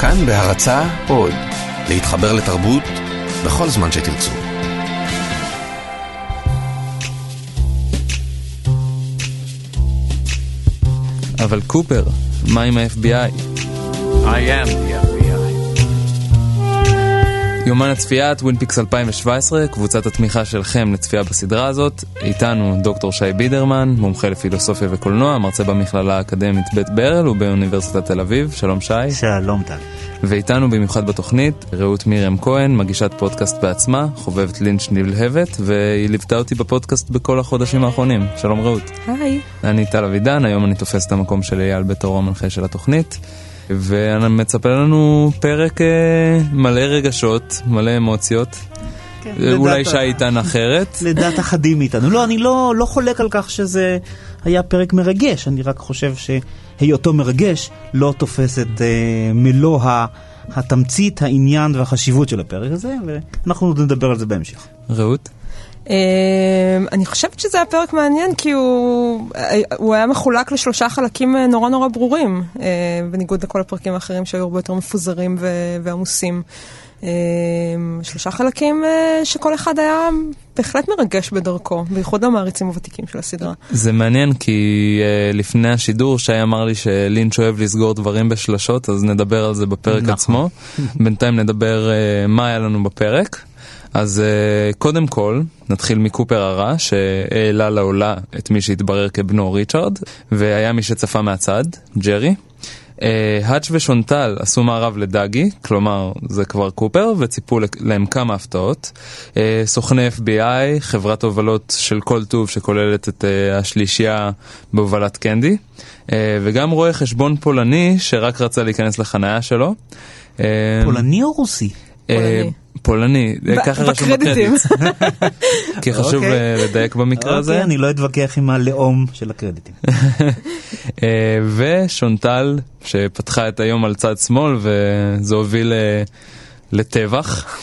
כאן בהרצאה עוד, להתחבר לתרבות בכל זמן שתרצו. אבל קופר, מה עם ה-FBI? I am the FBI. יומן הצפייה, טווין פיקס 2017, קבוצת התמיכה שלכם לצפייה בסדרה הזאת. איתנו דוקטור שי בידרמן, מומחה לפילוסופיה וקולנוע, מרצה במכללה האקדמית בית ברל ובאוניברסיטת תל אביב. שלום שי. שלום טל. ואיתנו במיוחד בתוכנית, רעות מירם כהן, מגישת פודקאסט בעצמה, חובבת לינץ' נלהבת, והיא ליוותה אותי בפודקאסט בכל החודשים האחרונים. שלום רעות. היי. אני טל אבידן, היום אני תופס את המקום של אייל בתור המנחה של התוכנית. ואני מצפה לנו פרק מלא רגשות, מלא אמוציות. כן, אולי שי איתן אחרת. לדעת אחדים איתנו. לא, אני לא חולק על כך שזה היה פרק מרגש. אני רק חושב שהיותו מרגש לא תופס את מלוא התמצית, העניין והחשיבות של הפרק הזה, ואנחנו נדבר על זה בהמשך. רעות? אני חושבת שזה היה פרק מעניין, כי הוא היה מחולק לשלושה חלקים נורא נורא ברורים, בניגוד לכל הפרקים האחרים שהיו הרבה יותר מפוזרים ועמוסים. שלושה חלקים שכל אחד היה בהחלט מרגש בדרכו, בייחוד המעריצים הוותיקים של הסדרה. זה מעניין, כי לפני השידור שי אמר לי שלינץ' אוהב לסגור דברים בשלשות, אז נדבר על זה בפרק עצמו. בינתיים נדבר מה היה לנו בפרק. אז קודם כל, נתחיל מקופר הרע, שהעלה לעולה את מי שהתברר כבנו ריצ'רד, והיה מי שצפה מהצד, ג'רי. האץ' ושונטל עשו מערב לדאגי, כלומר זה כבר קופר, וציפו להם כמה הפתעות. סוכני FBI, חברת הובלות של כל טוב שכוללת את השלישייה בהובלת קנדי, וגם רואה חשבון פולני שרק רצה להיכנס לחניה שלו. פולני או רוסי? פולני, ככה רשום בקרדיט. כי חשוב לדייק במקרה הזה. אני לא אתווכח עם הלאום של הקרדיטים. ושונטל, שפתחה את היום על צד שמאל, וזה הוביל לטבח.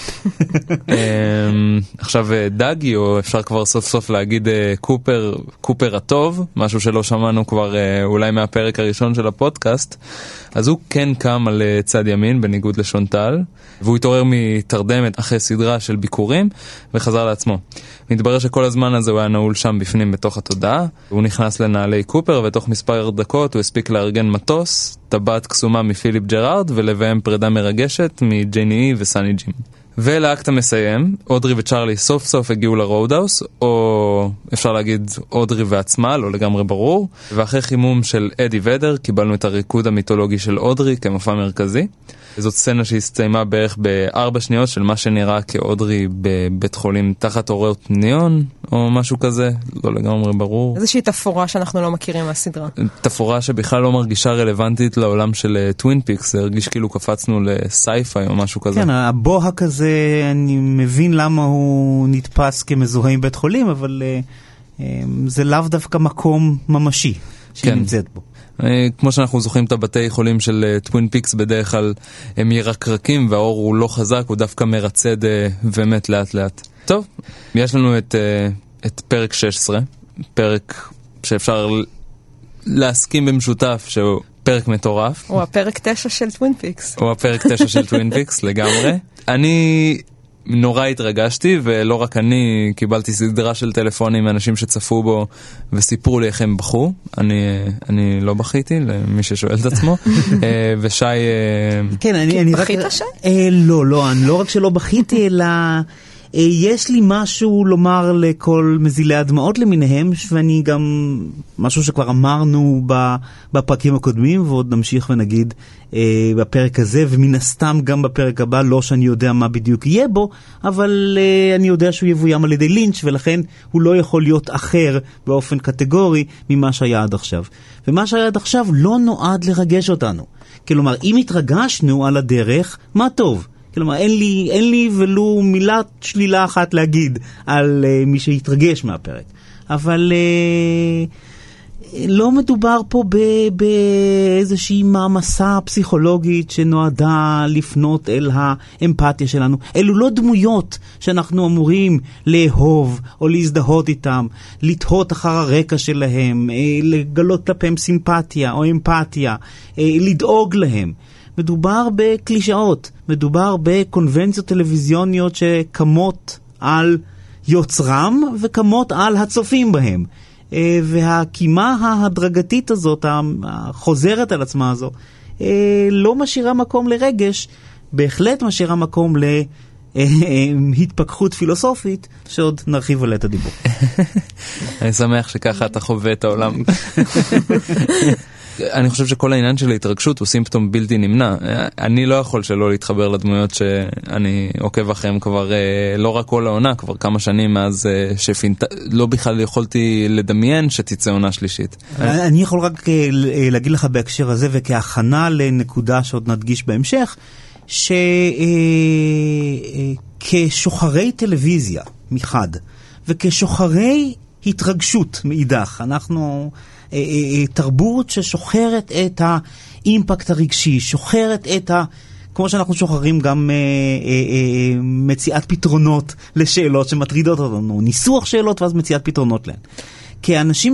עכשיו דאגי, או אפשר כבר סוף סוף להגיד קופר הטוב, משהו שלא שמענו כבר אולי מהפרק הראשון של הפודקאסט, אז הוא כן קם על צד ימין בניגוד לשונטל, והוא התעורר מתרדמת אחרי סדרה של ביקורים וחזר לעצמו. מתברר שכל הזמן הזה הוא היה נעול שם בפנים בתוך התודעה, הוא נכנס לנעלי קופר ותוך מספר דקות הוא הספיק לארגן מטוס, טבעת קסומה מפיליפ ג'רארד ולביים פרידה מרגשת מג'ייני וסני ג'ים. ולאקט המסיים, אודרי וצ'רלי סוף סוף הגיעו לרודהאוס, או אפשר להגיד אודרי ועצמה, לא לגמרי ברור, ואחרי חימום של אדי ודר קיבלנו את הריקוד המיתולוגי של אודרי כמופע מרכזי. זאת סצנה שהסתיימה בערך ב4 שניות של מה שנראה כאודרי בבית חולים תחת אורות ניאון, או משהו כזה, לא לגמרי ברור. איזושהי תפורה שאנחנו לא מכירים מהסדרה. תפורה שבכלל לא מרגישה רלוונטית לעולם של טווין פיקס, זה הרגיש כאילו קפצנו לסייפיי או משהו כזה. כן, הבוהק כזה, אני מבין למה הוא נתפס כמזוהה עם בית חולים, אבל זה לאו דווקא מקום ממשי שנמצאת בו. כמו שאנחנו זוכרים את הבתי חולים של טווין פיקס, בדרך כלל הם ירקרקים והאור הוא לא חזק, הוא דווקא מרצד ומת לאט לאט. טוב, יש לנו את פרק 16, פרק שאפשר להסכים במשותף שהוא פרק מטורף. הוא הפרק 9 של טווין פיקס. הוא הפרק 9 של טווין פיקס לגמרי. אני נורא התרגשתי, ולא רק אני, קיבלתי סדרה של טלפונים מאנשים שצפו בו וסיפרו לי איך הם בחו. אני לא בכיתי, למי ששואל את עצמו. ושי... כן, אני רק... בכית שי? לא, אני לא רק שלא בכיתי, אלא... יש לי משהו לומר לכל מזילי הדמעות למיניהם, ואני גם, משהו שכבר אמרנו בפרקים הקודמים, ועוד נמשיך ונגיד בפרק הזה, ומן הסתם גם בפרק הבא, לא שאני יודע מה בדיוק יהיה בו, אבל אני יודע שהוא יבוים על ידי לינץ', ולכן הוא לא יכול להיות אחר באופן קטגורי ממה שהיה עד עכשיו. ומה שהיה עד עכשיו לא נועד לרגש אותנו. כלומר, אם התרגשנו על הדרך, מה טוב. כלומר, אין לי ולו מילת שלילה אחת להגיד על מי שהתרגש מהפרק. אבל לא מדובר פה באיזושהי מעמסה פסיכולוגית שנועדה לפנות אל האמפתיה שלנו. אלו לא דמויות שאנחנו אמורים לאהוב או להזדהות איתם, לתהות אחר הרקע שלהם, לגלות כלפיהם סימפתיה או אמפתיה, לדאוג להם. מדובר בקלישאות, מדובר בקונבנציות טלוויזיוניות שקמות על יוצרם וקמות על הצופים בהם. והקימה ההדרגתית הזאת, החוזרת על עצמה הזו, לא משאירה מקום לרגש, בהחלט משאירה מקום להתפכחות פילוסופית, שעוד נרחיב עליה את הדיבור. אני שמח שככה אתה חווה את העולם. אני חושב שכל העניין של ההתרגשות הוא סימפטום בלתי נמנע. אני לא יכול שלא להתחבר לדמויות שאני עוקב אחריהם כבר לא רק כל העונה, כבר כמה שנים מאז לא בכלל יכולתי לדמיין שתצא עונה שלישית. אני יכול רק להגיד לך בהקשר הזה וכהכנה לנקודה שעוד נדגיש בהמשך, שכשוחרי טלוויזיה מחד וכשוחרי התרגשות מאידך, אנחנו תרבות ששוחרת את האימפקט הרגשי, שוחרת את כמו שאנחנו שוחרים גם מציאת פתרונות לשאלות שמטרידות אותנו, ניסוח שאלות ואז מציאת פתרונות להן. כאנשים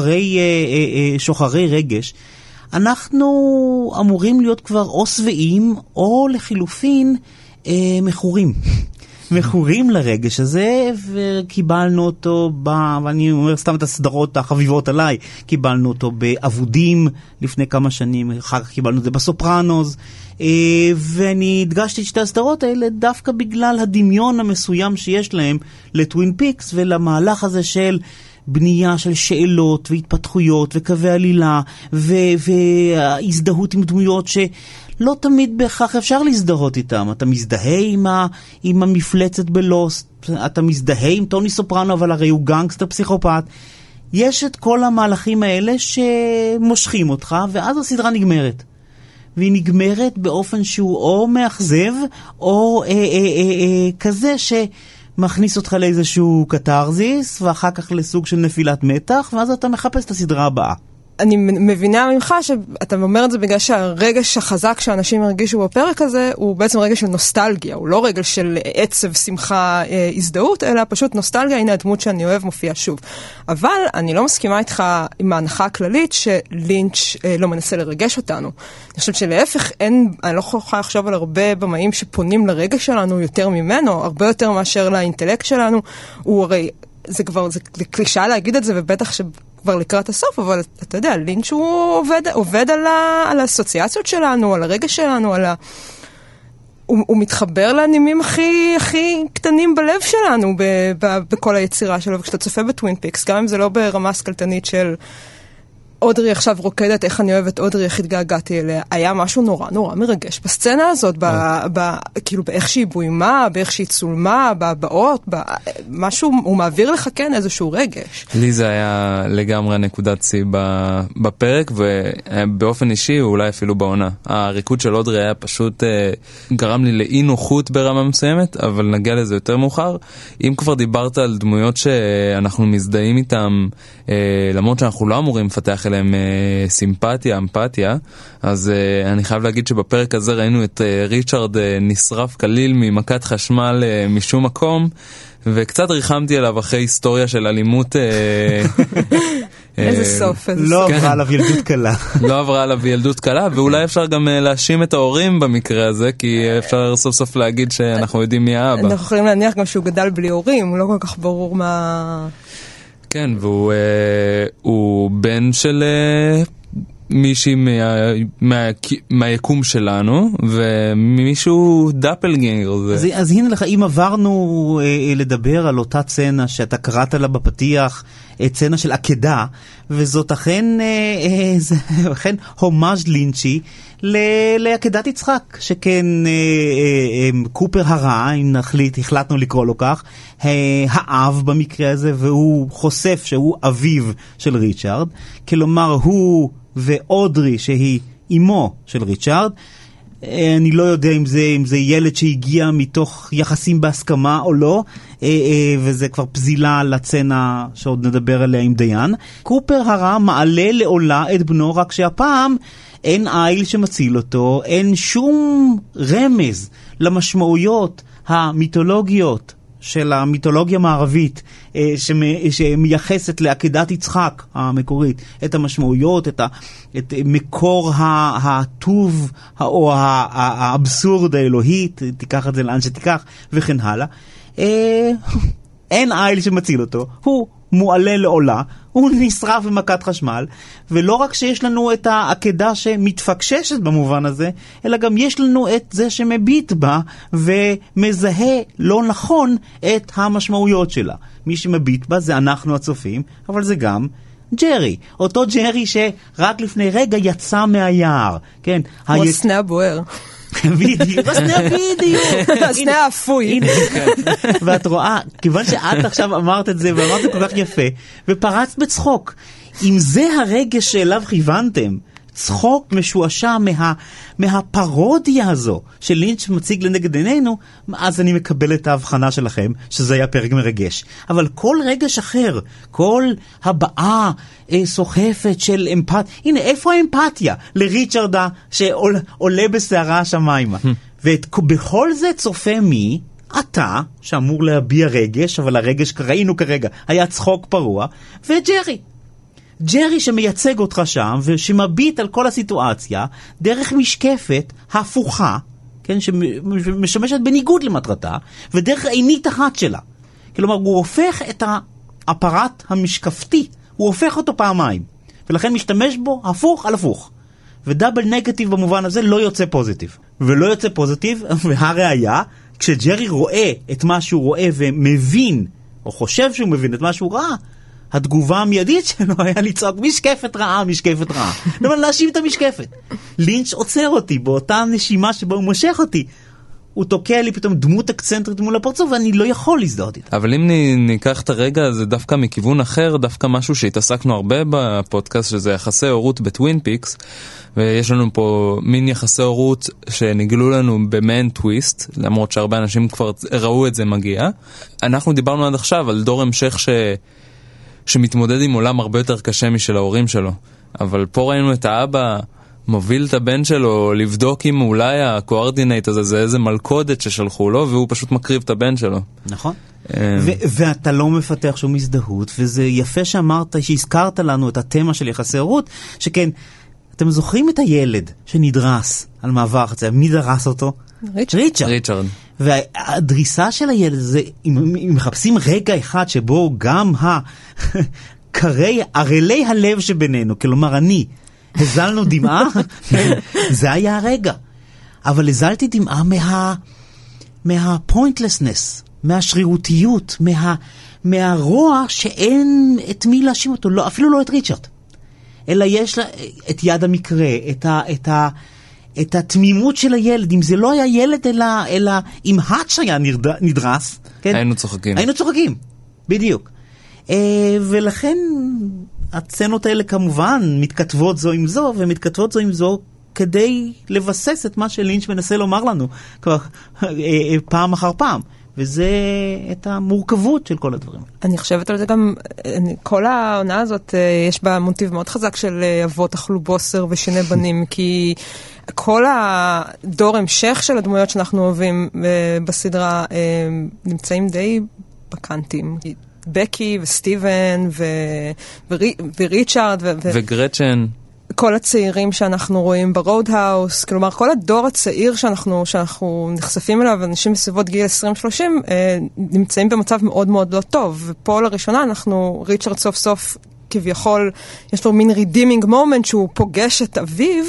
שוחרי רגש, אנחנו אמורים להיות כבר או שבעים או לחילופין מכורים. מכורים לרגש הזה, וקיבלנו אותו, ואני אומר סתם את הסדרות החביבות עליי, קיבלנו אותו בעבודים לפני כמה שנים, אחר כך קיבלנו את זה בסופרנוז, ואני הדגשתי את שתי הסדרות האלה דווקא בגלל הדמיון המסוים שיש להם לטווין פיקס, ולמהלך הזה של בנייה של שאלות והתפתחויות וקווי עלילה והזדהות עם דמויות שלא תמיד בהכרח אפשר להזדהות איתם. אתה מזדהה עם המפלצת בלוסט, אתה מזדהה עם טוני סופרנו, אבל הרי הוא גנגסטר פסיכופת. יש את כל המהלכים האלה שמושכים אותך, ואז הסדרה נגמרת. והיא נגמרת באופן שהוא או מאכזב או כזה מכניס אותך לאיזשהו קטרזיס, ואחר כך לסוג של נפילת מתח, ואז אתה מחפש את הסדרה הבאה. אני מבינה ממך שאתה אומר את זה בגלל שהרגש החזק שאנשים הרגישו בפרק הזה הוא בעצם רגש של נוסטלגיה, הוא לא רגש של עצב, שמחה, הזדהות, אלא פשוט נוסטלגיה, הנה הדמות שאני אוהב מופיעה שוב. אבל אני לא מסכימה איתך עם ההנחה הכללית שלינץ' לא מנסה לרגש אותנו. אני חושבת שלהפך, אני לא יכולה לחשוב על הרבה במאים שפונים לרגש שלנו יותר ממנו, הרבה יותר מאשר לאינטלקט שלנו. הוא הרי, זה קלישאה להגיד את זה, ובטח כבר לקראת הסוף, אבל אתה יודע, לינץ' הוא עובד על האסוציאציות שלנו, על הרגש שלנו, הוא מתחבר לעניינים הכי קטנים בלב שלנו בכל היצירה שלו, וכשאתה צופה בטווין פיקס, גם אם זה לא ברמה סקלטנית של אודרי עכשיו רוקדת, איך אני אוהבת אודרי, איך התגעגעתי אליה, היה משהו נורא נורא מרגש בסצנה הזאת, כאילו באיך שהיא בוימה, באיך שהיא צולמה, בבאות, משהו, הוא מעביר לך כן איזשהו רגש. לי זה היה לגמרי נקודת שיא בפרק, ובאופן אישי, אולי אפילו בעונה. הריקוד של אודרי היה פשוט גרם לי לאי נוחות ברמה מסוימת, אבל נגיע לזה יותר מאוחר. אם כבר דיברת על דמויות שאנחנו מזדהים איתם, למרות שאנחנו לא אמורים לפתח אליהם סימפתיה, אמפתיה, אז אני חייב להגיד שבפרק הזה ראינו את ריצ'רד נשרף כליל ממכת חשמל משום מקום, וקצת ריחמתי עליו אחרי היסטוריה של אלימות. איזה סוף. לא עברה עליו ילדות קלה. לא עברה עליו ילדות קלה, ואולי אפשר גם להאשים את ההורים במקרה הזה, כי אפשר סוף סוף להגיד שאנחנו יודעים מי האבא. אנחנו יכולים להניח גם שהוא גדל בלי הורים, לא כל כך ברור מה... כן, והוא בן של מישהי מהיקום שלנו, ומישהו דאפלגנגר. אז הנה לך, אם עברנו לדבר על אותה צנה שאתה קראת לה בפתיח, צנה של עקדה, וזאת אכן הומאז' לינצ'י לעקדת יצחק, שכן קופר הרע, אם החלטנו לקרוא לו כך, האב במקרה הזה, והוא חושף שהוא אביו של ריצ'רד, כלומר הוא ואודרי שהיא אמו של ריצ'רד. אני לא יודע אם זה ילד שהגיע מתוך יחסים בהסכמה או לא, וזה כבר פזילה לצנה שעוד נדבר עליה עם דיין. קופר הרע מעלה לעולה את בנו, רק שהפעם אין איל שמציל אותו, אין שום רמז למשמעויות המיתולוגיות של המיתולוגיה המערבית שמייחסת לעקדת יצחק המקורית את המשמעויות, את מקור הטוב או האבסורד האלוהי, תיקח את זה לאן שתיקח וכן הלאה. אין איל שמציל אותו, הוא מועלה לעולה, הוא נשרף במכת חשמל, ולא רק שיש לנו את העקדה שמתפקששת במובן הזה, אלא גם יש לנו את זה שמביט בה ומזהה לא נכון את המשמעויות שלה. מי שמביט בה זה אנחנו הצופים, אבל זה גם ג'רי, אותו ג'רי שרק לפני רגע יצא מהיער, כן? הוא הסנה הבוער. בדיוק, הסנה האפוי. ואת רואה, כיוון שאת עכשיו אמרת את זה ואמרת כל כך יפה, ופרצת בצחוק, אם זה הרגש שאליו כיוונתם, צחוק משועשע מהפרודיה הזו של לינץ' מציג לנגד עינינו, אז אני מקבל את ההבחנה שלכם שזה היה פרק מרגש. אבל כל רגש אחר, כל הבאה סוחפת של אמפתיה, הנה איפה האמפתיה לריצ'רדה שעולה בסערה השמיימה? ובכל זה צופה מי? אתה, שאמור להביע רגש, אבל הרגש ראינו כרגע היה צחוק פרוע, וג'רי. ג'רי שמייצג אותך שם ושמביט על כל הסיטואציה דרך משקפת הפוכה, כן, שמשמשת בניגוד למטרתה, ודרך עינית אחת שלה. כלומר, הוא הופך את האפרט המשקפתי, הוא הופך אותו פעמיים, ולכן משתמש בו הפוך על הפוך. ודאבל נגטיב במובן הזה לא יוצא פוזיטיב. ולא יוצא פוזיטיב, והראיה, כשג'רי רואה את מה שהוא רואה ומבין, או חושב שהוא מבין את מה שהוא ראה, התגובה המיידית שלו היה לצעוק משקפת רעה, משקפת רעה. למה להאשים את המשקפת? לינץ' עוצר אותי באותה נשימה שבה הוא מושך אותי. הוא תוקע לי פתאום דמות אקצנטרית מול הפרצוף ואני לא יכול להזדהות איתה. אבל אם ניקח את הרגע הזה דווקא מכיוון אחר, דווקא משהו שהתעסקנו הרבה בפודקאסט, שזה יחסי הורות בטווין פיקס, ויש לנו פה מין יחסי הורות שנגלו לנו במעין טוויסט, למרות שהרבה אנשים כבר ראו את זה מגיע. אנחנו דיברנו עד עכשיו על דור המשך שמתמודד עם עולם הרבה יותר קשה משל ההורים שלו. אבל פה ראינו את האבא מוביל את הבן שלו לבדוק אם אולי הקואורדינט הזה זה איזה מלכודת ששלחו לו, והוא פשוט מקריב את הבן שלו. נכון. ואתה לא מפתח שום הזדהות, וזה יפה שאמרת, שהזכרת לנו את התמה של יחסי הורות, שכן, אתם זוכרים את הילד שנדרס על מעבר חציה, מי דרס אותו? ריצ'רד. והדריסה של הילד זה, אם מחפשים רגע אחד שבו גם ערלי הלב שבינינו, כלומר אני, הזלנו דמעה, זה היה הרגע. אבל הזלתי דמעה מהפוינטלסנס, מהשרירותיות, מהרוע שאין את מי להאשים אותו, לא, אפילו לא את ריצ'רד. אלא יש לה את יד המקרה, את התמימות של הילד. אם זה לא היה ילד, אלא אם האץ' היה נדרס, כן? היינו צוחקים. היינו צוחקים, בדיוק. ולכן הצנות האלה כמובן מתכתבות זו עם זו, ומתכתבות זו עם זו כדי לבסס את מה שלינץ' מנסה לומר לנו כבר פעם אחר פעם. וזה את המורכבות של כל הדברים. אני חושבת על זה גם, כל העונה הזאת יש בה מוטיב מאוד חזק של אבות אכלו בוסר ושני בנים, כי כל הדור המשך של הדמויות שאנחנו אוהבים בסדרה נמצאים די בקנטים. בקי וסטיבן וריצ'רד וגרצ'ן. כל הצעירים שאנחנו רואים ברודהאוס, כלומר כל הדור הצעיר שאנחנו נחשפים אליו, אנשים בסביבות גיל 20-30, נמצאים במצב מאוד מאוד לא טוב. ופה לראשונה ריצ'רד סוף סוף כביכול, יש לו מין redeeming moment שהוא פוגש את אביו,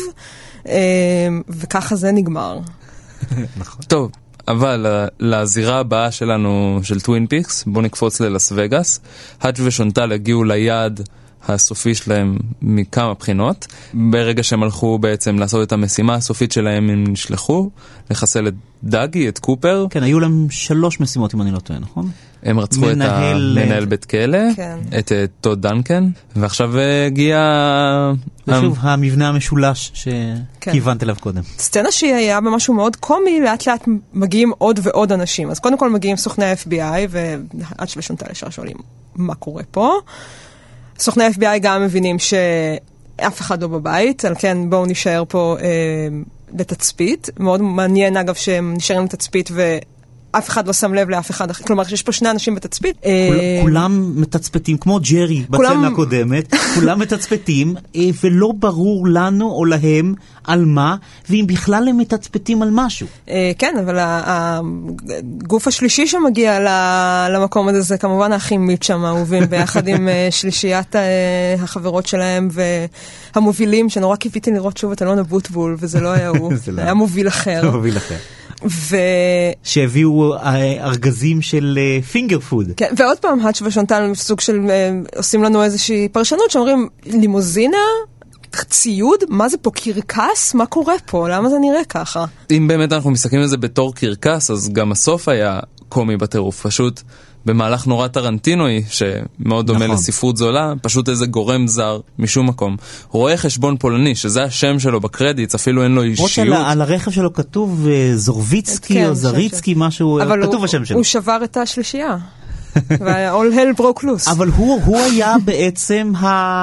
וככה זה נגמר. טוב, אבל לזירה הבאה שלנו, של טווין פיקס, בוא נקפוץ ללס וגאס. האץ' ושונטל הגיעו ליעד הסופי שלהם מכמה בחינות. ברגע שהם הלכו בעצם לעשות את המשימה הסופית שלהם, הם נשלחו לחסל את דאגי, את קופר. כן, היו להם 3 משימות אם אני לא טועה, נכון? הם רצחו את המנהל בית כלא, כן. את טוד דנקן, ועכשיו הגיע... ושוב, המבנה המשולש שכיוונת אליו קודם. סצנה שהיא היה במשהו מאוד קומי, לאט לאט מגיעים עוד ועוד אנשים. אז קודם כל מגיעים סוכני ה-FBI, ועד שבשונטל ישר שואלים מה קורה פה. סוכני ה-FBI גם מבינים שאף אחד לא בבית, על כן בואו נשאר פה לתצפית. מאוד מעניין אגב שהם נשארים לתצפית אף אחד לא שם לב לאף אחד אחר, כלומר שיש פה שני אנשים בתצפית. כולם מתצפתים, כמו ג'רי בצנה הקודמת, כולם מתצפתים, ולא ברור לנו או להם על מה, ואם בכלל הם מתצפתים על משהו. כן, אבל הגוף השלישי שמגיע למקום הזה, זה כמובן האחים מיטשם האהובים, ביחד עם שלישיית החברות שלהם, והמובילים, שנורא קיוויתי לראות שוב את אלון אבוטבול, וזה לא היה הוא, היה מוביל אחר. מוביל אחר. שהביאו ארגזים של פינגר פוד. כן, ועוד פעם, האץ' ושונטל סוג של, עושים לנו איזושהי פרשנות שאומרים, לימוזינה, ציוד, מה זה פה, קרקס? מה קורה פה? למה זה נראה ככה? אם באמת אנחנו מסתכלים על זה בתור קרקס, אז גם הסוף היה קומי בטירוף, פשוט במהלך נורא טרנטינוי, שמאוד דומה לספרות זולה, פשוט איזה גורם זר משום מקום. רואה חשבון פולני, שזה השם שלו בקרדיטס, אפילו אין לו אישיות. על הרכב שלו כתוב זורביצקי או זריצקי, משהו, כתוב השם שלו. הוא שבר את השלישייה. וה-all hell broke loose. אבל הוא היה בעצם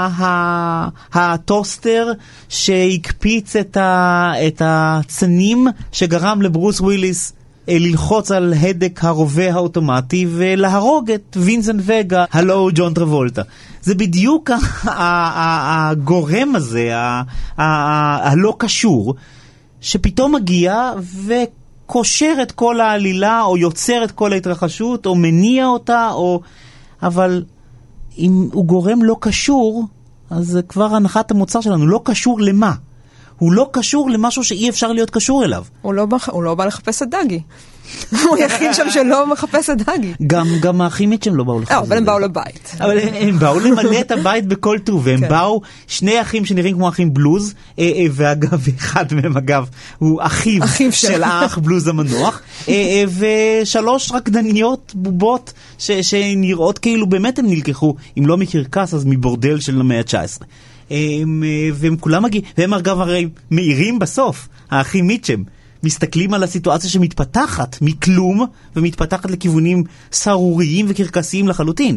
הטוסטר שהקפיץ את הצנים שגרם לברוס וויליס ללחוץ על הדק הרובה האוטומטי ולהרוג את וינסנט וגה, הלו ג'ון טרבולטה. זה בדיוק הגורם הזה, הלא קשור, שפתאום מגיע וקושר את כל העלילה, או יוצר את כל ההתרחשות, או מניע אותה, אבל אם הוא גורם לא קשור, אז זה כבר הנחת המוצר שלנו, לא קשור למה? הוא לא קשור למשהו שאי אפשר להיות קשור אליו. הוא לא בא לחפש את דגי. הוא יכין שם שלא מחפש את דגי. גם האחים מיטשם לא באו לחפש את דגי. אבל הם באו לבית. אבל הם באו למלא את הבית בכל טוב, והם באו שני אחים שנראים כמו אחים בלוז, ואגב, אחד מהם אגב, הוא אחיו של האח בלוז המנוח, ושלוש רקדניות בובות שנראות כאילו באמת הם נלקחו, אם לא מקרקס אז מבורדל של המאה ה-19. והם כולם מגיעים, והם אגב הרי מאירים בסוף, האחים מיטשם, מסתכלים על הסיטואציה שמתפתחת מכלום, ומתפתחת לכיוונים סרוריים וקרקסיים לחלוטין.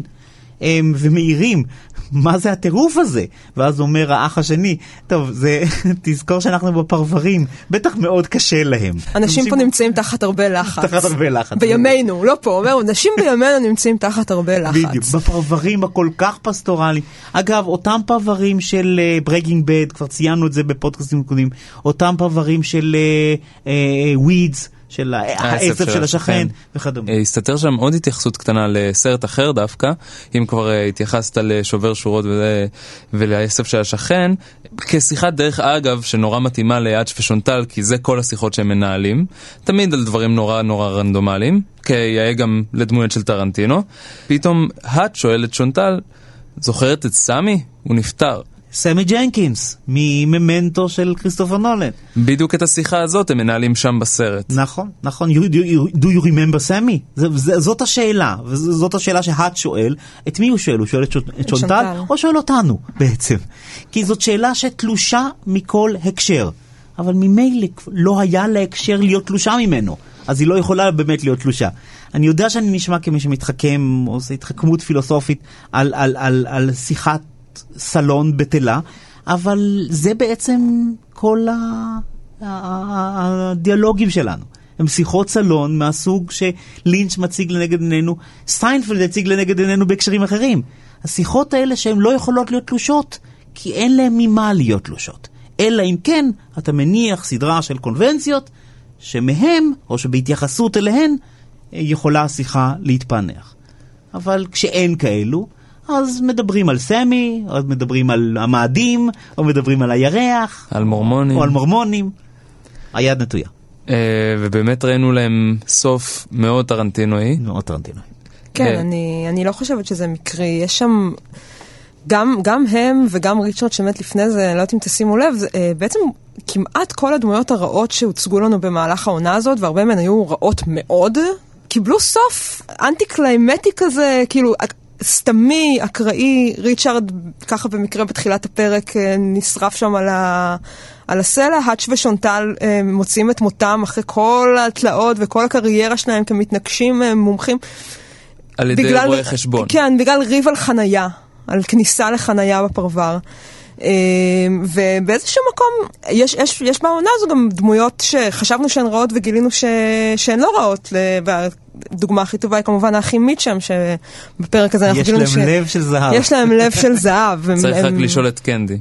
ומאירים, מה זה הטירוף הזה? ואז אומר האח השני, טוב, תזכור שאנחנו בפרברים, בטח מאוד קשה להם. אנשים פה נמצאים תחת הרבה לחץ. תחת הרבה לחץ. בימינו, לא פה, אומר, אנשים בימינו נמצאים תחת הרבה לחץ. בדיוק, בפרברים הכל כך פסטורלי. אגב, אותם פרברים של Breaking Bad, כבר ציינו את זה בפודקאסטים קודמים, אותם פרברים של Weeds, של העצב של השכן וכדומה. הסתתר שם עוד התייחסות קטנה לסרט אחר דווקא, אם כבר התייחסת לשובר שורות ולעצב של השכן, כשיחת דרך אגב שנורא מתאימה להאץ' ושונטל, כי זה כל השיחות שהם מנהלים, תמיד על דברים נורא נורא רנדומליים, כיאה גם לדמויות של טרנטינו. פתאום האץ' שואל את שונטל, זוכרת את סמי? הוא נפטר. סמי ג'נקינס, מממנטו של כריסטופר נולן. בדיוק את השיחה הזאת הם מנהלים שם בסרט. נכון, נכון. Do you remember סמי? זאת השאלה, וזאת השאלה שהאט שואל. את מי הוא שואל? הוא שואל את שונטל, או שואל אותנו בעצם? כי זאת שאלה שתלושה מכל הקשר. אבל ממילא לא היה להקשר להיות תלושה ממנו. אז היא לא יכולה באמת להיות תלושה. אני יודע שאני נשמע כמי שמתחכם, או זה התחכמות פילוסופית על שיחת סלון בתלה, אבל זה בעצם כל הדיאלוגים שלנו. הם שיחות סלון מהסוג שלינץ' מציג לנגד עינינו, סיינפלד הציג לנגד עינינו בהקשרים אחרים. השיחות האלה שהן לא יכולות להיות תלושות, כי אין להם ממה להיות תלושות. אלא אם כן, אתה מניח סדרה של קונבנציות, שמהם, או שבהתייחסות אליהן, יכולה השיחה להתפענח. אבל כשאין כאלו, אז מדברים על סמי, או מדברים על המאדים, או מדברים על הירח, על מורמונים. או על מורמונים. היד נטויה. ובאמת ראינו להם סוף מאוד טרנטינואי. מאוד טרנטינואי. כן, אני לא חושבת שזה מקרי. יש שם, גם הם וגם ריצ'רד שמת לפני זה, אני לא יודעת אם תשימו לב, בעצם כמעט כל הדמויות הרעות שהוצגו לנו במהלך העונה הזאת, והרבה מהן היו רעות מאוד, קיבלו סוף אנטי-קליימטי כזה, כאילו סתמי, אקראי. ריצ'רד ככה במקרה בתחילת הפרק נשרף שם על הסלע. האץ' ושונטל מוצאים את מותם אחרי כל התלאות וכל הקריירה שלהם כמתנגשים מומחים. על ידי רואי חשבון. כן, בגלל ריב על חנייה, על כניסה לחנייה בפרבר. ובאיזשהו מקום, יש בעונה הזו גם דמויות שחשבנו שהן רעות וגילינו שהן לא רעות. והדוגמה הכי טובה היא כמובן האחים מיטשם, שבפרק הזה אנחנו גילינו יש להם לב של זהב. יש להם לב של זהב. צריך רק לשאול את קנדי.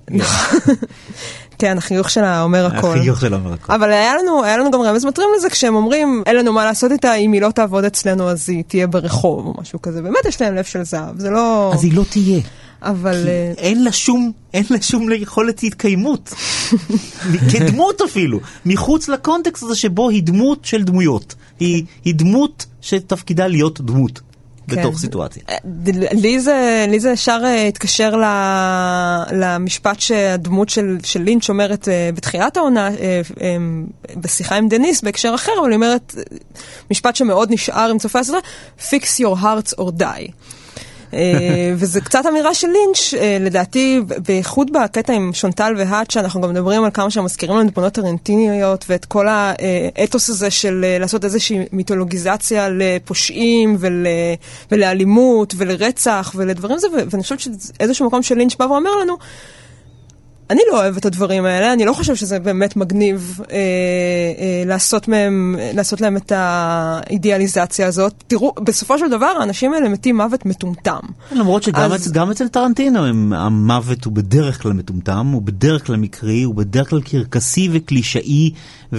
כן, החיוך שלה אומר הכל. החיוך שלה אומר הכל. אבל היה לנו גם רמז מטרים לזה כשהם אומרים, אין לנו מה לעשות איתה, אם היא לא תעבוד אצלנו אז היא תהיה ברחוב או משהו כזה. באמת יש להם לב של זהב, זה לא... אז היא לא תהיה. אבל... אין לה שום יכולת התקיימות. כדמות אפילו. מחוץ לקונטקסט הזה שבו היא דמות של דמויות. היא דמות שתפקידה להיות דמות. בתוך סיטואציה. לי זה ישר התקשר למשפט שהדמות של לינץ' אומרת בתחילת העונה, בשיחה עם דניס בהקשר אחר, אבל היא אומרת משפט שמאוד נשאר עם צופה הסדרה, fix your hearts or die. וזה קצת אמירה של לינץ', לדעתי, בייחוד בקטע עם שונטל והאט, שאנחנו גם מדברים על כמה שמזכירים לנו דמונות טרנטיניות, ואת כל האתוס הזה של לעשות איזושהי מיתולוגיזציה לפושעים ולאלימות ולרצח ולדברים הזה, ואני חושבת שאיזשהו מקום של לינץ' בא ואומר לנו, אני לא אוהב את הדברים האלה, אני לא חושב שזה באמת מגניב לעשות להם את האידיאליזציה הזאת. תראו, בסופו של דבר, האנשים האלה מתים מוות מטומטם. למרות שגם אצל טרנטינו, המוות הוא בדרך כלל מטומטם, הוא בדרך כלל מקרי, הוא בדרך כלל קרקסי וקלישאי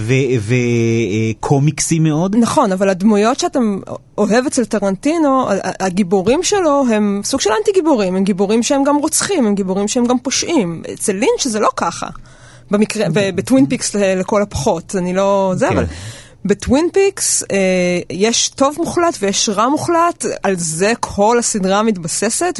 וקומיקסי מאוד. נכון, אבל הדמויות שאתם אוהב אצל טרנטינו, הגיבורים שלו הם סוג של אנטי-גיבורים, הם גיבורים שהם גם רוצחים, הם גיבורים שהם גם פושעים. אצל לינץ' זה לא ככה. במקרה, בטווין פיקס לכל הפחות, אני לא... זה, אבל... בטווין פיקס יש טוב מוחלט ויש רע מוחלט, על זה כל הסדרה מתבססת,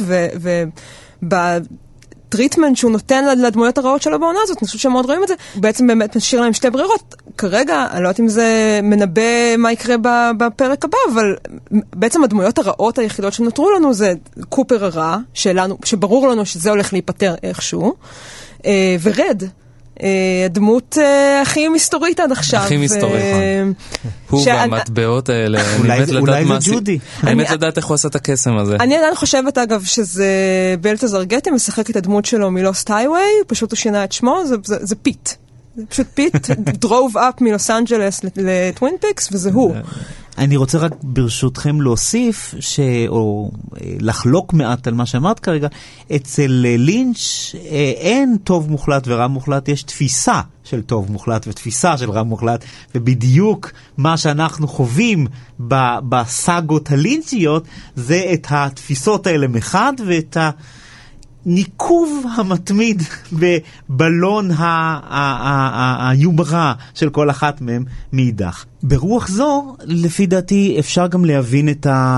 טריטמנט שהוא נותן לדמויות הרעות שלו בעונה הזאת, אני חושבת שמאוד רואים את זה, הוא בעצם באמת משאיר להם שתי ברירות. כרגע, אני לא יודעת אם זה מנבא מה יקרה בפרק הבא, אבל בעצם הדמויות הרעות היחידות שנותרו לנו זה קופר הרע, שברור לנו שזה הולך להיפטר איכשהו, ורד, הדמות הכי מסתורית עד עכשיו. הכי מסתורית. הוא והמטבעות האלה. אולי זה ג'ודי. אני מת לדעת איך הוא עשה את הקסם הזה. אני עדיין חושבת אגב שזה בלטזר גטי משחק את הדמות שלו מלוסט הייווי, פשוט הוא שינה את שמו, זה פיט. זה פשוט פיט, drove up מלוס אנג'לס לטווין פיקס, וזה הוא. אני רוצה רק ברשותכם להוסיף, או לחלוק מעט על מה שאמרת כרגע, אצל לינץ' אין טוב מוחלט ורע מוחלט, יש תפיסה של טוב מוחלט ותפיסה של רע מוחלט, ובדיוק מה שאנחנו חווים בסאגות הלינצ'יות, זה את התפיסות האלה מחד, ואת ניקוב המתמיד בבלון היומרה של כל אחת מהם מאידך. ברוח זו, לפי דעתי, אפשר גם להבין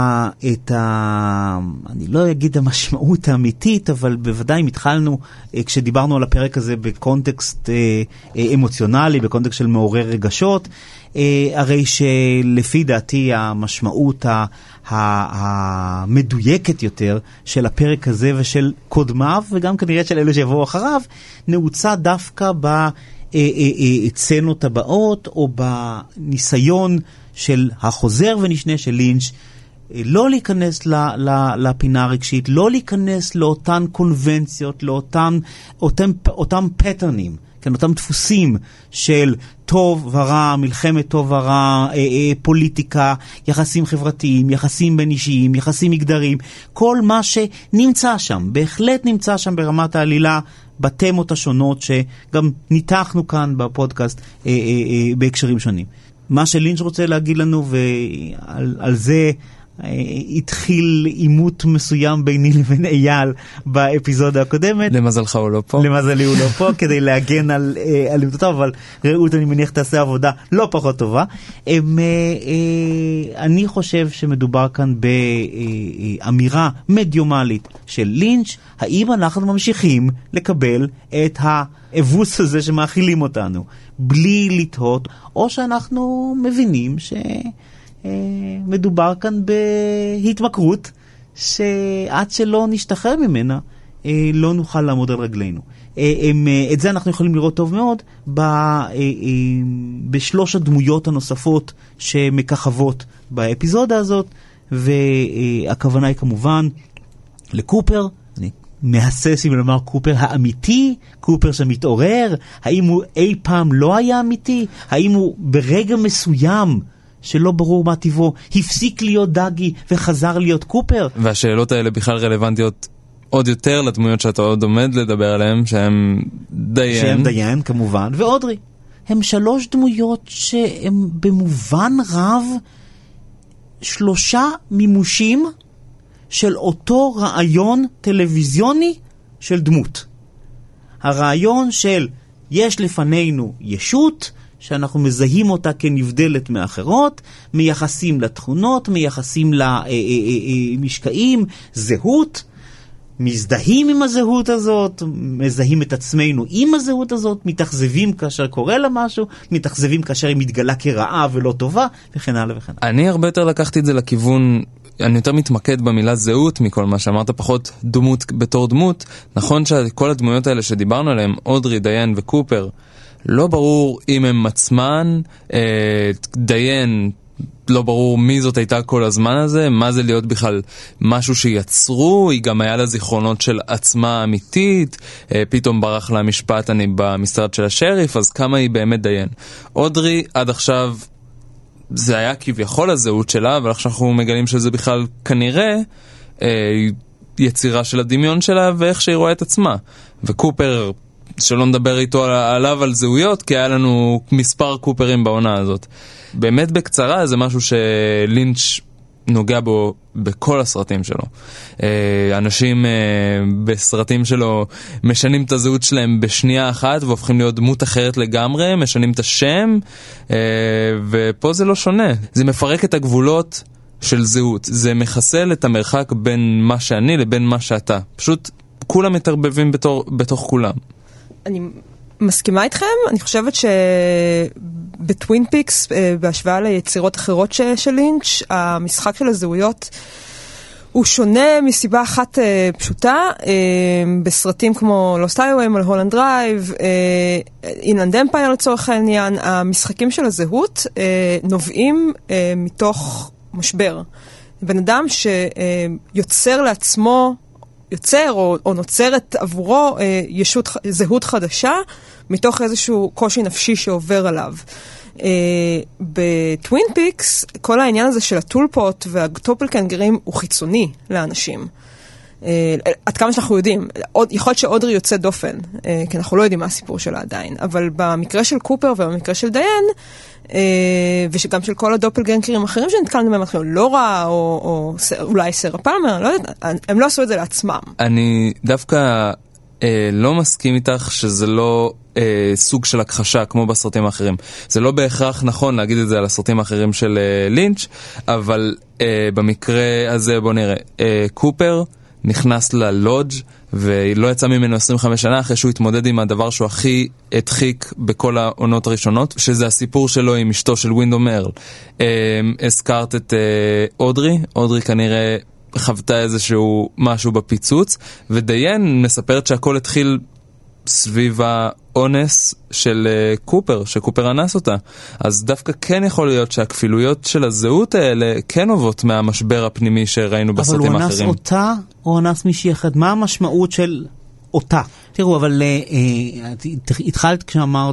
אני לא אגיד המשמעות האמיתית, אבל בוודאי אם התחלנו, כשדיברנו על הפרק הזה בקונטקסט אמוציונלי, בקונטקסט של מעורר רגשות, הרי שלפי דעתי המשמעות המדויקת יותר של הפרק הזה ושל קודמיו, וגם כנראה של אלו שיבואו אחריו, נעוצה דווקא בצנות הבאות, או בניסיון של החוזר ונשנה של לינץ' לא להיכנס לפינה הרגשית, לא להיכנס לאותן קונבנציות, לאותם פטרנים, כן, אותם דפוסים של טוב ורע, מלחמת טוב ורע, פוליטיקה, יחסים חברתיים, יחסים בין אישיים, יחסים מגדריים, כל מה שנמצא שם, בהחלט נמצא שם ברמת העלילה, בתמות השונות שגם ניתחנו כאן בפודקאסט בהקשרים שונים. מה שלינץ' רוצה להגיד לנו, ועל זה התחיל עימות מסוים ביני לבין אייל באפיזודה הקודמת. למזלך הוא לא פה. למזלי הוא לא פה, כדי להגן על עמדותיו, אבל רעות אני מניח תעשה עבודה לא פחות טובה. אני חושב שמדובר כאן באמירה מדיומלית של לינץ', האם אנחנו ממשיכים לקבל את האבוס הזה שמאכילים אותנו, בלי לתהות, או שאנחנו מבינים מדובר כאן בהתמכרות שעד שלא נשתחרר ממנה לא נוכל לעמוד על רגלינו. את זה אנחנו יכולים לראות טוב מאוד בשלוש הדמויות הנוספות שמככבות באפיזודה הזאת, והכוונה היא כמובן לקופר, אני מהסס אם לומר קופר האמיתי, קופר שמתעורר, האם הוא אי פעם לא היה אמיתי, האם הוא ברגע מסוים שלא ברור מה טבעו, הפסיק להיות דאגי וחזר להיות קופר. והשאלות האלה בכלל רלוונטיות עוד יותר לדמויות שאתה עוד עומד לדבר עליהן, שהם דיין. שהם דיין כמובן, ואודרי. הם 3 דמויות שהם במובן רב 3 מימושים של אותו רעיון טלוויזיוני של דמות. הרעיון של יש לפנינו ישות, שאנחנו מזהים אותה כנבדלת מאחרות, מייחסים לתכונות, מייחסים למשקעים, זהות, מזדהים עם הזהות הזאת, מזהים את עצמנו עם הזהות הזאת, מתאכזבים כאשר קורה לה משהו, מתאכזבים כאשר היא מתגלה כרעה ולא טובה, וכן הלאה וכן הלאה. אני הרבה יותר לקחתי את זה לכיוון, אני יותר מתמקד במילה זהות מכל מה שאמרת, פחות דמות בתור דמות. נכון שכל הדמויות האלה שדיברנו עליהם, אודרי, דיין וקופר, לא ברור אם הם עצמן, דיין, לא ברור מי זאת הייתה כל הזמן הזה, מה זה להיות בכלל משהו שיצרו, היא גם היה לה זיכרונות של עצמה אמיתית, פתאום ברח לה משפט, אני במשרד של השריף, אז כמה היא באמת דיין. אודרי עד עכשיו זה היה כביכול הזהות שלה, אבל עכשיו אנחנו מגלים שזה בכלל כנראה יצירה של הדמיון שלה ואיך שהיא רואה את עצמה. וקופר, שלא נדבר איתו עליו על זהויות, כי היה לנו מספר קופרים בעונה הזאת. באמת בקצרה, זה משהו שלינץ' נוגע בו בכל הסרטים שלו. אנשים בסרטים שלו משנים את הזהות שלהם בשנייה אחת והופכים להיות דמות אחרת לגמרי, משנים את השם, ופה זה לא שונה. זה מפרק את הגבולות של זהות. זה מחסל את המרחק בין מה שאני לבין מה שאתה. פשוט כולם מתערבבים בתוך כולם. אני מסכימה איתכם, אני חושבת שבטווין פיקס, בהשוואה ליצירות אחרות של לינץ', המשחק של הזהויות הוא שונה מסיבה אחת פשוטה. בסרטים כמו Lost Highway, מלהולנד דרייב, אינלנד אמפייר לצורך העניין, המשחקים של הזהות נובעים מתוך משבר. בן אדם שיוצר לעצמו, יוצר או נוצרת עבורו זהות חדשה מתוך איזשהו קושי נפשי שעובר עליו. בטווין פיקס כל העניין הזה של הטולפות והטופלקנגרים הוא חיצוני לאנשים. עד כמה שאנחנו יודעים, יכול להיות שאודרי יוצא דופן, כי אנחנו לא יודעים מה הסיפור שלה עדיין, אבל במקרה של קופר ובמקרה של דיין, ושגם של כל הדופלגנגרים אחרים שנתקלנו בהם, לא רע, או אולי סרה פלמר, לא יודעת, הם לא עשו את זה לעצמם. אני דווקא לא מסכים איתך שזה לא סוג של הכחשה כמו בסרטים האחרים. זה לא בהכרח נכון להגיד את זה על הסרטים האחרים של לינץ', אבל במקרה הזה בוא נראה, קופר נכנס ללודג' ולא יצא ממנו 25 שנה אחרי שהוא התמודד עם הדבר שהוא הכי הדחיק בכל העונות הראשונות, שזה הסיפור שלו עם אשתו של ווינדום ארל. הזכרת את אודרי כנראה חוותה איזשהו משהו בפיצוץ, ודיין מספרת שהכל התחיל סביב האונס של קופר, שקופר אנס אותה. אז דווקא כן יכול להיות שהכפילויות של הזהות האלה כן נובעות מהמשבר הפנימי שראינו בסרטים האחרים. אבל הוא אנס אותה או אנס מישהי אחת? מה המשמעות של אותה? תראו, אבל התחלת כשאמרת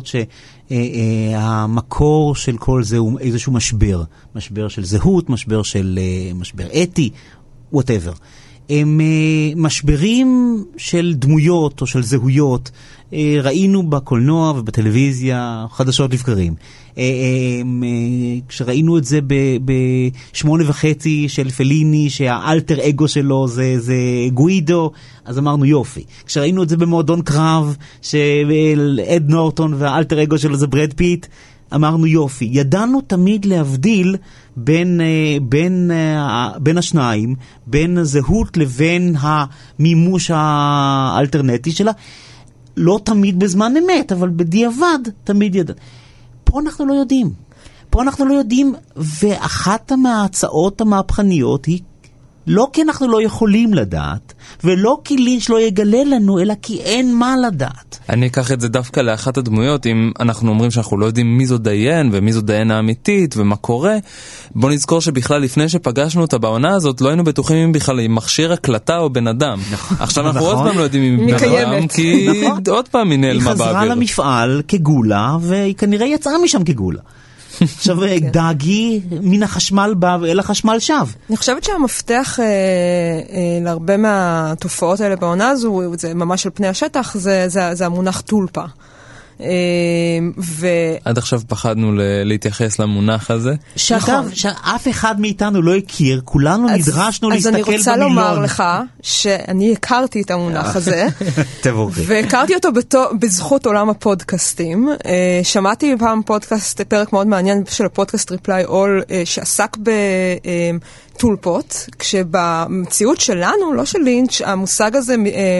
שהמקור של כל זה הוא איזשהו משבר. משבר של זהות, משבר אתי, whatever. הם משברים של דמויות או של זהויות, ראינו בקולנוע ובטלוויזיה חדשות לבקרים. כשראינו את זה ב8.5 של פליני, שהאלטר אגו שלו זה גוידו, אז אמרנו יופי. כשראינו את זה במועדון קרב, שאד נורטון והאלטר אגו שלו זה ברד פיט, אמרנו יופי. ידענו תמיד להבדיל בין השניים, בין הזהות לבין המימוש האלטרנטי שלה. לא תמיד בזמן אמת, אבל בדיעבד תמיד ידע. פה אנחנו לא יודעים. ואחת מההצעות המהפכניות היא לא כי אנחנו לא יכולים לדעת, ולא כי לינץ' לא יגלה לנו, אלא כי אין מה לדעת. אני אקח את זה דווקא לאחת הדמויות, אם אנחנו אומרים שאנחנו לא יודעים מי זו דיין, ומי זו דיין האמיתית, ומה קורה, בוא נזכור שבכלל לפני שפגשנו אותה בעונה הזאת, לא היינו בטוחים אם בכלל עם מכשיר הקלטה או בן אדם. עכשיו אנחנו עוד פעם לא יודעים אם בן אדם, כי עוד פעם היא נעלמה באוויר. היא חזרה למפעל כגולה, והיא כנראה יצאה משם כגולה. עכשיו דאגי מן החשמל בא ואל החשמל שב. אני חושבת שהמפתח להרבה מהתופעות האלה בעונה הזו, זה ממש על פני השטח, זה המונח טולפה. עד עכשיו פחדנו להתייחס למונח הזה. שאגב, שאף אחד מאיתנו לא הכיר, כולנו נדרשנו להסתכל במילון. אז אני רוצה לומר לך שאני הכרתי את המונח הזה, והכרתי אותו בזכות עולם הפודקאסטים. שמעתי פעם פרק מאוד מעניין של הפודקאסט ריפליי אול, שעסק בטולפות, כשבמציאות שלנו, לא של לינץ', המושג הזה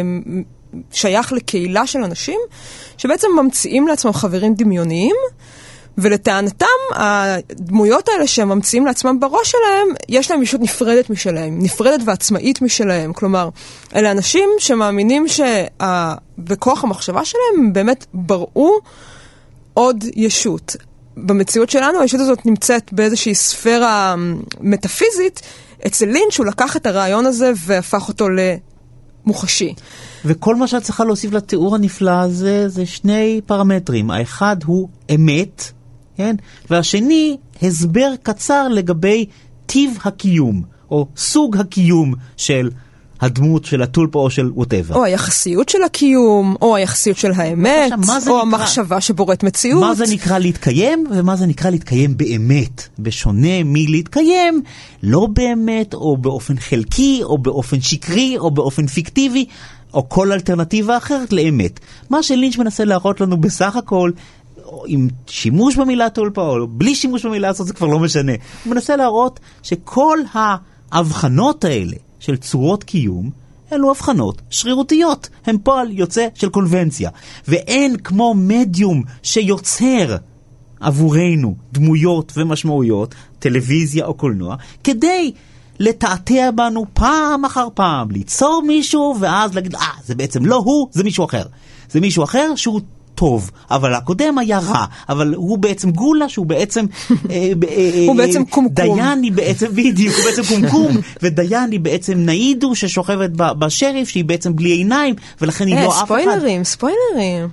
שייך לקהילה של אנשים, שבעצם ממציאים לעצמם חברים דמיוניים, ולטענתם, הדמויות האלה שהם ממציאים לעצמם בראש שלהם, יש להם אישות נפרדת משלהם, נפרדת ועצמאית משלהם. כלומר, אלה אנשים שמאמינים שבכוח המחשבה שלהם באמת בראו עוד ישות. במציאות שלנו, הישות הזאת נמצאת באיזושהי ספירה מטאפיזית. אצל לינץ' הוא לקח את הרעיון הזה והפך אותו למוחשי. וכל מה שאת צריכה להוסיף לתיאור הנפלא הזה, זה שני פרמטרים. האחד הוא אמת, כן? והשני, הסבר קצר לגבי טיב הקיום, או סוג הקיום של הדמות של הטולפה או של whatever. או היחסיות של הקיום, או היחסיות של האמת, או המחשבה שבוראת מציאות. מה זה נקרא להתקיים, ומה זה נקרא להתקיים באמת. בשונה מלהתקיים, לא באמת, או באופן חלקי, או באופן שקרי, או באופן פיקטיבי, או כל אלטרנטיבה אחרת לאמת. מה שלינץ' מנסה להראות לנו בסך הכל, עם שימוש במילה טולפה, או בלי שימוש במילה הזאת, זה כבר לא משנה. הוא מנסה להראות שכל ההבחנות האלה, של צורות קיום, אלו הבחנות שרירותיות. הם פועל יוצא של קונבנציה. ואין כמו מדיום שיוצר עבורנו דמויות ומשמעויות, טלוויזיה או קולנוע, כדי לתעתע בנו פעם אחר פעם, ליצור מישהו ואז להגיד, זה בעצם לא הוא, זה מישהו אחר. זה מישהו אחר שהוא טוב, אבל הקודם היה רע, אבל הוא בעצם גולה, שהוא בעצם הוא בעצם קומקום. דיין היא בעצם, בדיוק, הוא בעצם קומקום, ודיין היא בעצם נעידו ששוכבת בשריף, שהיא בעצם בלי עיניים, ולכן היא לא אף אחד. ספוילרים.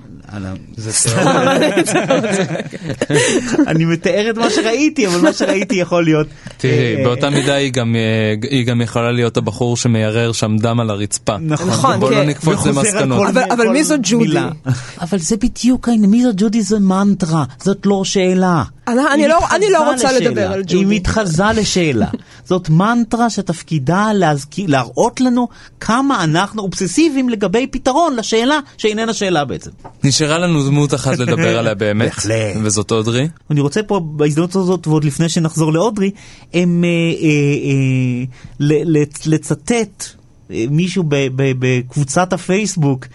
אני מתאר את מה שראיתי, אבל מה שראיתי יכול להיות... תראי, באותה מידה היא גם יכולה להיות הבחור שמיירר שם דם על הרצפה. נכון, בוא לא נקפוץ למסקנות. אבל מי זו ג'ודי? אבל זה בדיוק, מי זו ג'ודי? זו מנטרה, זאת לא שאלה. אני לא רוצה לדבר על ג'ודי. היא מתחזה לשאלה. זאת מנטרה שתפקידה להראות לנו כמה אנחנו אובססיביים לגבי פתרון לשאלה שאיננה שאלה בעצם. נשארה לנו דמות אחת לדבר עליה באמת, וזאת אודרי. אני רוצה פה בהזדמנות הזאת, ועוד לפני שנחזור לאודרי, לצטט מישהו בקבוצת הפייסבוק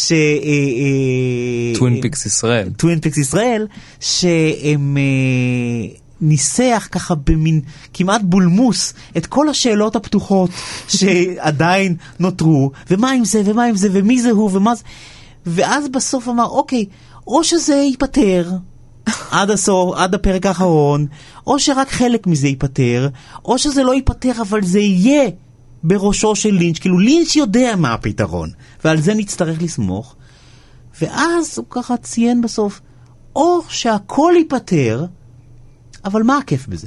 טווין פיקס ישראל, שהם ניסח ככה במין כמעט בולמוס את כל השאלות הפתוחות שעדיין נותרו, ומה עם זה ומה עם זה ומי זה הוא ומה זה, ואז בסוף אמר, אוקיי, או שזה ייפטר עד הפרק האחרון, או שרק חלק מזה ייפטר, או שזה לא ייפטר אבל זה יהיה בראשו של לינץ', כאילו לינץ' יודע מה הפתרון, ועל זה נצטרך לסמוך. ואז הוא ככה ציין בסוף, או שהכל ייפטר, אבל מה הכיף בזה?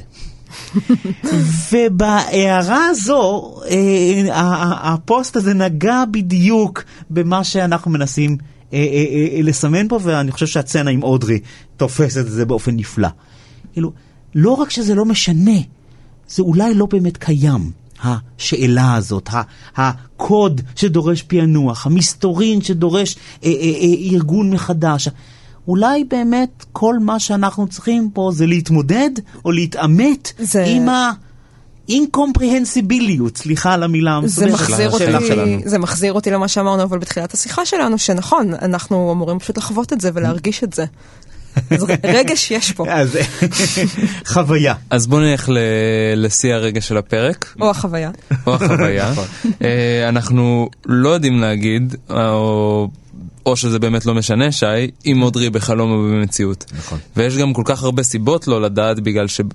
ובהערה הזו, הפוסט הזה נגע בדיוק במה שאנחנו מנסים לסמן פה, ואני חושב שהצנה עם אודרי תופסת את זה באופן נפלא. כאילו, לא רק שזה לא משנה, זה אולי לא באמת קיים. השאלה הזאת, הקוד שדורש פענוח, המסתורין שדורש ארגון מחדש. אולי באמת כל מה שאנחנו צריכים פה זה להתמודד או להתאמת עם האינקומפרהנסיביליות, סליחה על המילה המסובכת. זה מחזיר אותי למה שאמרנו אבל בתחילת השיחה שלנו, שנכון, אנחנו אמורים פשוט לחוות את זה ולהרגיש את זה. אז רגש יש פה. אז חוויה. אז בואו נלך לשיא הרגש של הפרק. או החוויה. או החוויה. אנחנו לא יודעים להגיד, או שזה באמת לא משנה, שי, אם אודרי בחלום או במציאות. נכון. ויש גם כל כך הרבה סיבות לא לדעת, בגלל ש...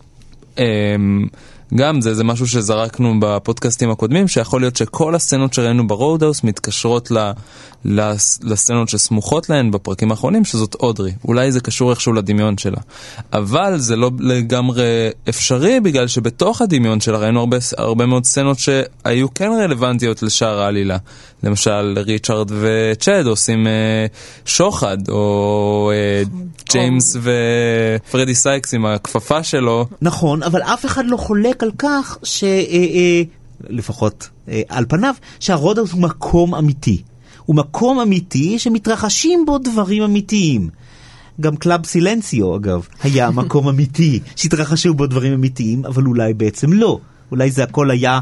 גם זה משהו שזרקנו בפודקאסטים הקודמים, שיכול להיות שכל הסצנות שראינו ברודהאוס מתקשרות לסצנות שסמוכות להן בפרקים האחרונים, שזאת אודרי. אולי זה קשור איכשהו לדמיון שלה. אבל זה לא לגמרי אפשרי, בגלל שבתוך הדמיון שלה ראינו הרבה מאוד סצנות שהיו כן רלוונטיות לשאר העלילה. למשל, ריצ'רד וצ'אד עושים שוחד, או ג'יימס ופרדי סייקס עם הכפפה שלו. נכון, אבל אף אחד לא חולק על כך לפחות על פניו, שהרודהאוס הוא מקום אמיתי. הוא מקום אמיתי שמתרחשים בו דברים אמיתיים. גם קלאב סילנסיו, אגב, היה מקום אמיתי שהתרחשו בו דברים אמיתיים, אבל אולי בעצם לא. אולי זה הכל היה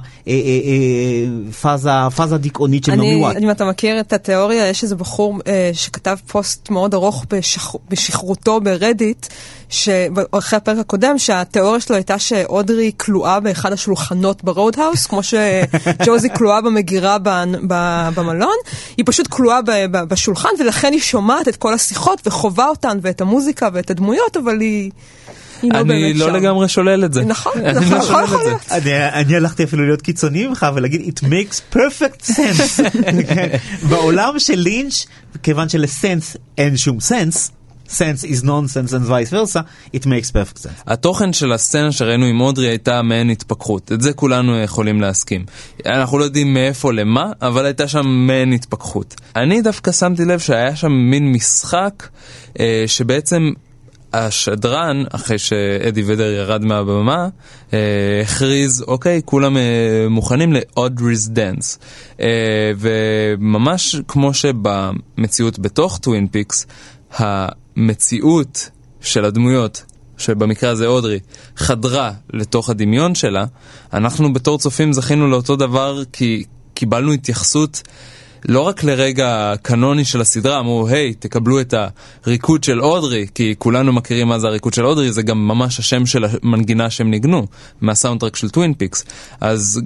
פאזה דיכאונית של נעמי וואט. אם אתה מכיר את התיאוריה, יש איזה בחור שכתב פוסט מאוד ארוך בשחרותו ברדיט, אחרי הפרק הקודם, שהתיאוריה שלו הייתה שאודרי כלואה באחד השולחנות ברודהאוס, כמו שג'וזי כלואה במגירה במלון, היא פשוט כלואה בשולחן, ולכן היא שומעת את כל השיחות וחובה אותן, ואת המוזיקה ואת הדמויות, אבל היא... אני לא לגמרי שולל את זה. נכון, יכול להיות. אני הלכתי אפילו להיות קיצוני ממך ולהגיד, it makes perfect sense. בעולם של לינץ', כיוון שלסנס אין שום סנס, sense is nonsense and vice versa, it makes perfect sense. התוכן של הסצנה שראינו עם אודרי הייתה מעין התפכחות. את זה כולנו יכולים להסכים. אנחנו לא יודעים מאיפה למה, אבל הייתה שם מעין התפכחות. אני דווקא שמתי לב שהיה שם מין משחק שבעצם השדרן, אחרי שאדי ודר ירד מהבמה, הכריז, אוקיי, כולם מוכנים ל-Audrey's Dance. וממש כמו שבמציאות בתוך טווין פיקס, המציאות של הדמויות, שבמקרה הזה אודרי, חדרה לתוך הדמיון שלה, אנחנו בתור צופים זכינו לאותו דבר, כי קיבלנו התייחסות לא רק לרגע קנוני של הסדרה, אמרו, היי, תקבלו את הריקוד של אודרי, כי כולנו מכירים מה זה הריקוד של אודרי, זה גם ממש השם של המנגינה שהם ניגנו, מהסאונדטרק של טווין פיקס. אז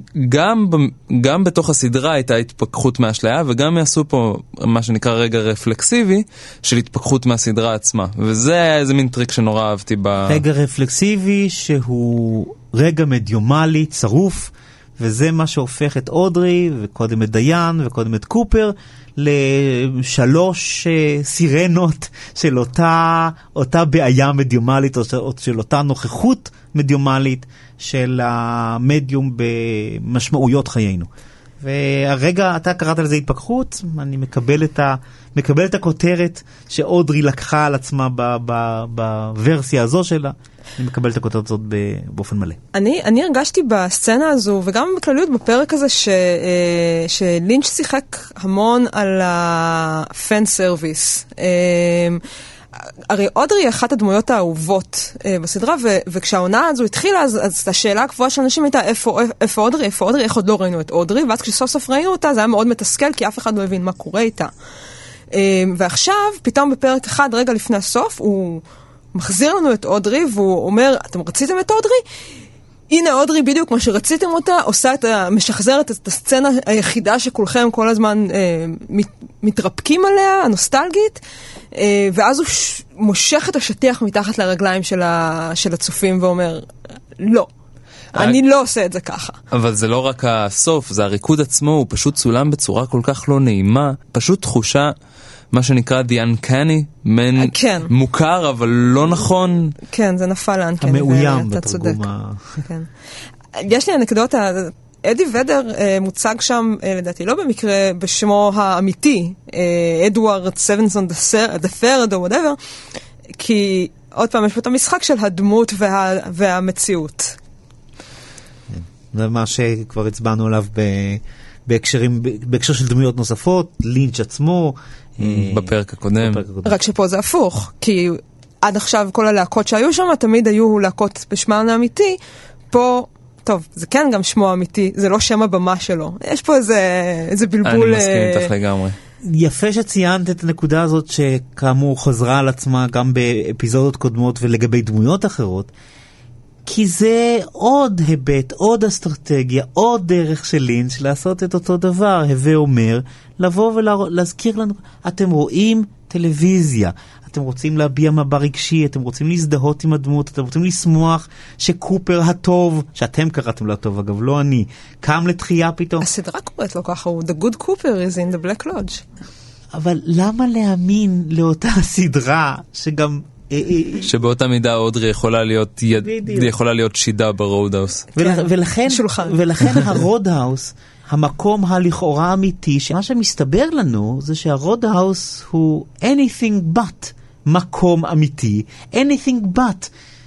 גם בתוך הסדרה הייתה התפכחות מהאשליה, וגם יעשו פה מה שנקרא רגע רפלקסיבי, של התפכחות מהסדרה עצמה. וזה היה איזה מין טריק שנורא אהבתי רגע רפלקסיבי שהוא רגע מדיומלי, צרוף, וזה מה שהופך את אודרי, וקודם את דיין, וקודם את קופר, לשלוש סירנות של אותה בעיה מדיומלית, או של אותה נוכחות מדיומלית של המדיום במשמעויות חיינו. והרגע אתה קראת לזה התפכחות, אני מקבל את הכותרת שאודרי לקחה על עצמה בוורסיה הזו שלה, אני מקבל את הכותרת הזאת באופן מלא. אני הרגשתי בסצנה הזו, וגם בכלליות בפרק הזה, שלינץ' שיחק המון על הפן סרוויס. הרי אודרי היא אחת הדמויות האהובות בסדרה, וכשהעונה הזו התחילה, אז השאלה הקבועה של אנשים הייתה, איפה אודרי, איך עוד לא ראינו את אודרי, ואז כשסוף סוף ראינו אותה, זה היה מאוד מתסכל, כי אף אחד לא הבין מה קורה איתה. ועכשיו, פתאום בפרק אחד, רגע לפני הסוף, הוא מחזיר לנו את אודרי, והוא אומר, אתם רציתם את אודרי? הנה אודרי בדיוק כמו שרציתם אותה, משחזרת את הסצנה היחידה שכולכם כל הזמן מתרפקים עליה, הנוסטלגית, ואז הוא מושך את השטיח מתחת לרגליים של הצופים ואומר, לא, אני לא עושה את זה ככה. אבל זה לא רק הסוף, זה הריקוד עצמו, הוא פשוט צולם בצורה כל כך לא נעימה, פשוט תחושה, מה שנקרא the uncanny, כן. מוכר אבל לא נכון. כן, זה נפל uncanny. המאוים ואתה צודק. בתרגום. כן. יש לי אנקדוטה, אדי ודר מוצג שם, לדעתי, לא במקרה בשמו האמיתי, אדוארד סבנסון the third או whatever, כי עוד פעם יש פה את המשחק של הדמות והמציאות. זה מה שכבר הצבענו עליו בהקשר של דמויות נוספות, לינץ' עצמו. בפרק הקודם. רק שפה זה הפוך, כי עד עכשיו כל הלהקות שהיו שם תמיד היו להקות בשמן האמיתי, פה, טוב, זה כן גם שמו האמיתי, זה לא שם הבמה שלו. יש פה איזה בלבול... אני מסכים איתך לגמרי. יפה שציינת את הנקודה הזאת שכאמור חזרה על עצמה גם באפיזודות קודמות ולגבי דמויות אחרות, כי זה עוד היבט, עוד אסטרטגיה, עוד דרך של לינץ' לעשות את אותו דבר. הווה אומר, לבוא ולהזכיר לנו, אתם רואים טלוויזיה, אתם רוצים להביע מבע רגשי, אתם רוצים להזדהות עם הדמות, אתם רוצים לשמוח שקופר הטוב, שאתם קראתם לו הטוב אגב, לא אני, קם לתחייה פתאום. הסדרה קוראת לו ככה, הוא The Good Cooper is in the Black Lodge. אבל למה להאמין לאותה סדרה שגם... שבאותה מידה אודרי יכולה להיות שידה ברודהאוס. ולכן הרודהאוס, המקום הלכאורה אמיתי, שמה שמסתבר לנו זה שהרודהאוס הוא anything but מקום אמיתי, anything but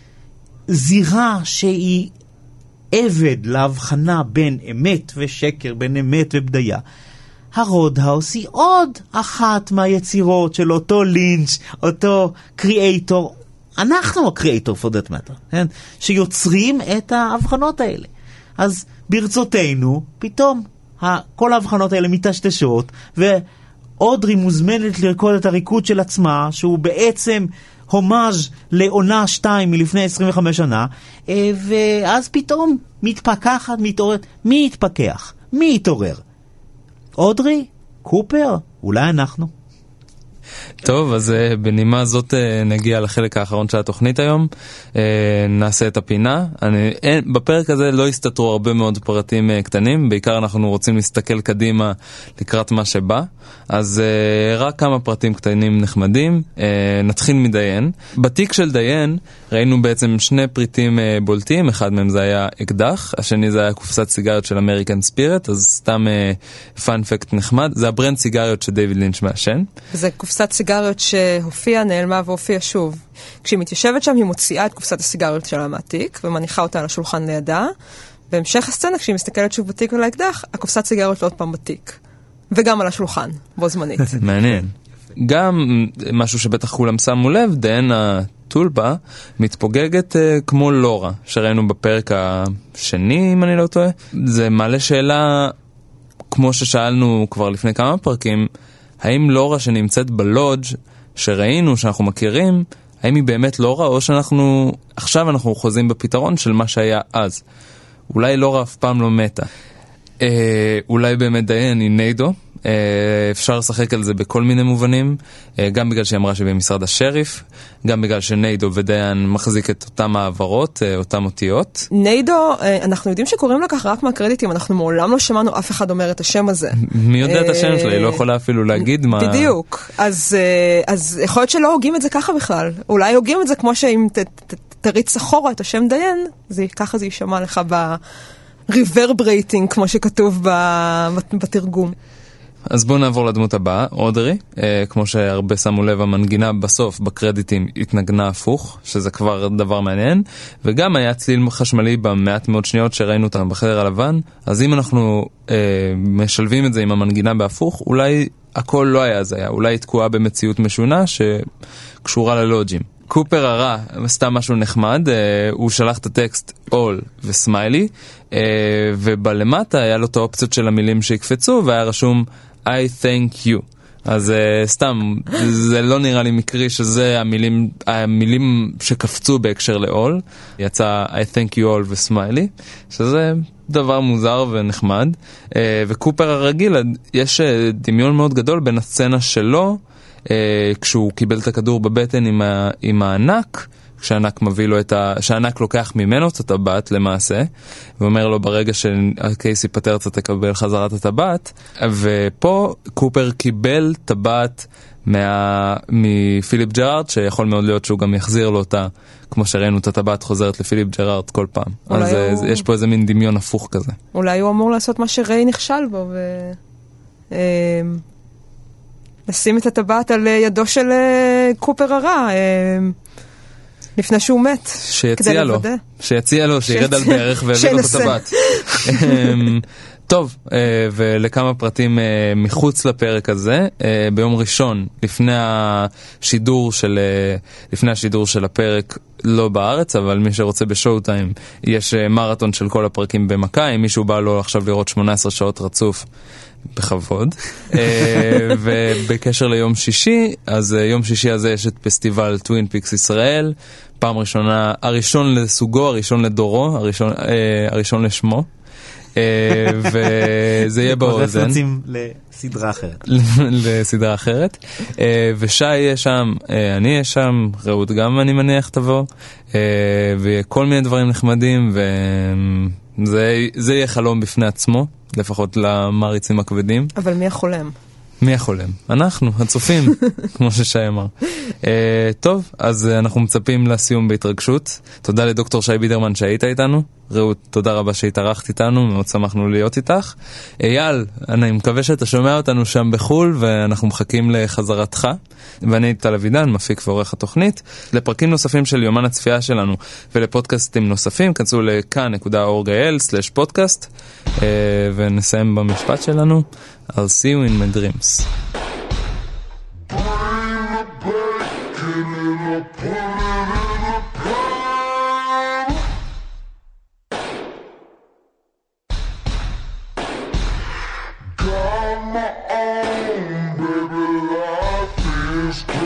זירה שהיא עבד להבחנה בין אמת ושקר, בין אמת ובדיה. הרודהאוס היא עוד אחת מהיצירות של אותו לינץ', אותו קריאייטור, אנחנו הקריאייטור for that matter, כן? שיוצרים את ההבחנות האלה. אז ברצותנו, פתאום כל ההבחנות האלה מתשתשות, ואודרי מוזמנת לרקוד את הריקוד של עצמה, שהוא בעצם הומאז' לעונה 2 מלפני 25 שנה, ואז פתאום מתפקחת, מתעוררת. מי יתפקח? מי יתעורר? אודרי? קופר? אולי אנחנו? טוב, אז בנימה זאת נגיע לחלק האחרון של התוכנית היום. נעשה את הפינה. בפרק הזה לא הסתתרו הרבה מאוד פרטים קטנים, בעיקר אנחנו רוצים להסתכל קדימה לקראת מה שבא. אז רק כמה פרטים קטנים נחמדים. נתחיל מדיין. בתיק של דיין ראינו בעצם שני פריטים בולטים, אחד מהם זה היה אקדח, השני זה היה קופסת סיגריות של אמריקן ספיריט, אז סתם פאנפקט נחמד. זה הברנד סיגריות שדייוויד לינץ' מעשן. זה קופסת סיגריות שהופיעה, נעלמה והופיעה שוב. כשהיא מתיישבת שם, היא מוציאה את קופסת הסיגריות שלה מהתיק, ומניחה אותה על השולחן לידה. בהמשך הסצנה, כשהיא מסתכלת שוב בתיק ולאקדח, הקופסת סיגריות עוד פעם בתיק. וגם על השולחן, בו זמנית. מעניין. גם משהו שבטח כולם שמו לב, דיין הטולפה מתפוגגת כמו לורה, שראינו בפרק השני, אם אני לא טועה. זה מעלה שאלה, כמו ששאלנו כבר לפני כמה פרקים, האם לורה שנמצאת בלודג' שראינו, שאנחנו מכירים, האם היא באמת לורה, או עכשיו אנחנו חוזים בפתרון של מה שהיה אז. אולי לורה אף פעם לא מתה. אולי באמת דיין היא ניידו. אפשר לשחק על זה בכל מיני מובנים, גם בגלל שהיא אמרה שבמשרד השריף, גם בגלל שניידו ודיין מחזיק את אותם העברות, אותם אותיות. ניידו, אנחנו יודעים שקוראים לה כך רק מהקרדיטים, אנחנו מעולם לא שמענו אף אחד אומר את השם הזה. מי יודע את השם שלה? היא לא יכולה אפילו להגיד מה... בדיוק. אז יכול להיות שלא הוגים את זה ככה בכלל. אולי הוגים את זה כמו שאם תריץ אחורה את השם דיין, ככה זה יישמע לך ב-reverbrating, כמו שכתוב בתרגום. אז בואו נעבור לדמות הבאה, אודרי. כמו שהרבה שמו לב, המנגינה בסוף בקרדיטים התנגנה הפוך, שזה כבר דבר מעניין, וגם היה צליל חשמלי במעט מאוד שניות שראינו אותם בחדר הלבן. אז אם אנחנו משלבים את זה עם המנגינה בהפוך, אולי הכל לא היה זה היה, אולי תקועה במציאות משונה שקשורה ללוג'ים. קופר הרע, סתם משהו נחמד, הוא שלח את הטקסט all וסמיילי, ובלמטה היה לו את האופציות של המילים שיקפצו, והיה רשום I thank you. אז סתם, זה לא נראה לי מקרי שזה המילים שקפצו בהקשר ל-all. יצא I thank you all וסמיילי, שזה דבר מוזר ונחמד. וקופר הרגיל, יש דמיון מאוד גדול בין הסצנה שלו, כשהוא קיבל את הכדור בבטן עם הענק, שהענק לוקח ממנו את הטבעת למעשה, ואומר לו ברגע שהקייס ייפטר אתה תקבל חזרת הטבעת, ופה קופר קיבל טבעת מפיליפ ג'רארד, שיכול מאוד להיות שהוא גם יחזיר לו אותה, כמו שראינו את הטבעת חוזרת לפיליפ ג'רארד כל פעם. אז יש פה איזה מין דמיון הפוך כזה. אולי הוא אמור לעשות מה שריי נכשל בו, לשים את הטבעת על ידו של קופר הרע, לפני שהוא מת. שיציע לו, שירד על בערך והביא לו את הטבעת. טוב, ולכמה פרטים מחוץ לפרק הזה, ביום ראשון, לפני השידור של הפרק, לא בארץ, אבל מי שרוצה בשואו טיים, יש מרתון של כל הפרקים במכה, אם מישהו בא לו עכשיו לראות 18 שעות רצוף, בכבוד. ובקשר ליום שישי, אז יום שישי הזה יש את פסטיבל טווין פיקס ישראל, פעם ראשונה, הראשון לסוגו, הראשון לדורו, הראשון לשמו. וזה יהיה באוזן. רפרנסים לסדרה אחרת. לסדרה אחרת. ושי יהיה שם, אני אהיה שם, רעות גם אני מניח תבוא, וכל מיני דברים נחמדים, וזה יהיה חלום בפני עצמו, לפחות למריצים הכבדים. אבל מי החולם? מי החולם? אנחנו, הצופים, כמו ששי אמר. טוב, אז אנחנו מצפים לסיום בהתרגשות. תודה לדוקטור שי בידרמן שהיית איתנו. רעות, תודה רבה שהתארחת איתנו, מאוד שמחנו להיות איתך. אייל, אני מקווה שאתה שומע אותנו שם בחול, ואנחנו מחכים לחזרתך. ואני טל אבידן, מפיק ועורך התוכנית. לפרקים נוספים של יומן הצפייה שלנו, ולפודקאסטים נוספים, כנסו לכאן.org.il/podcast, ונסיים במשפט שלנו. I'll see you in my dreams. Got my own, baby, life is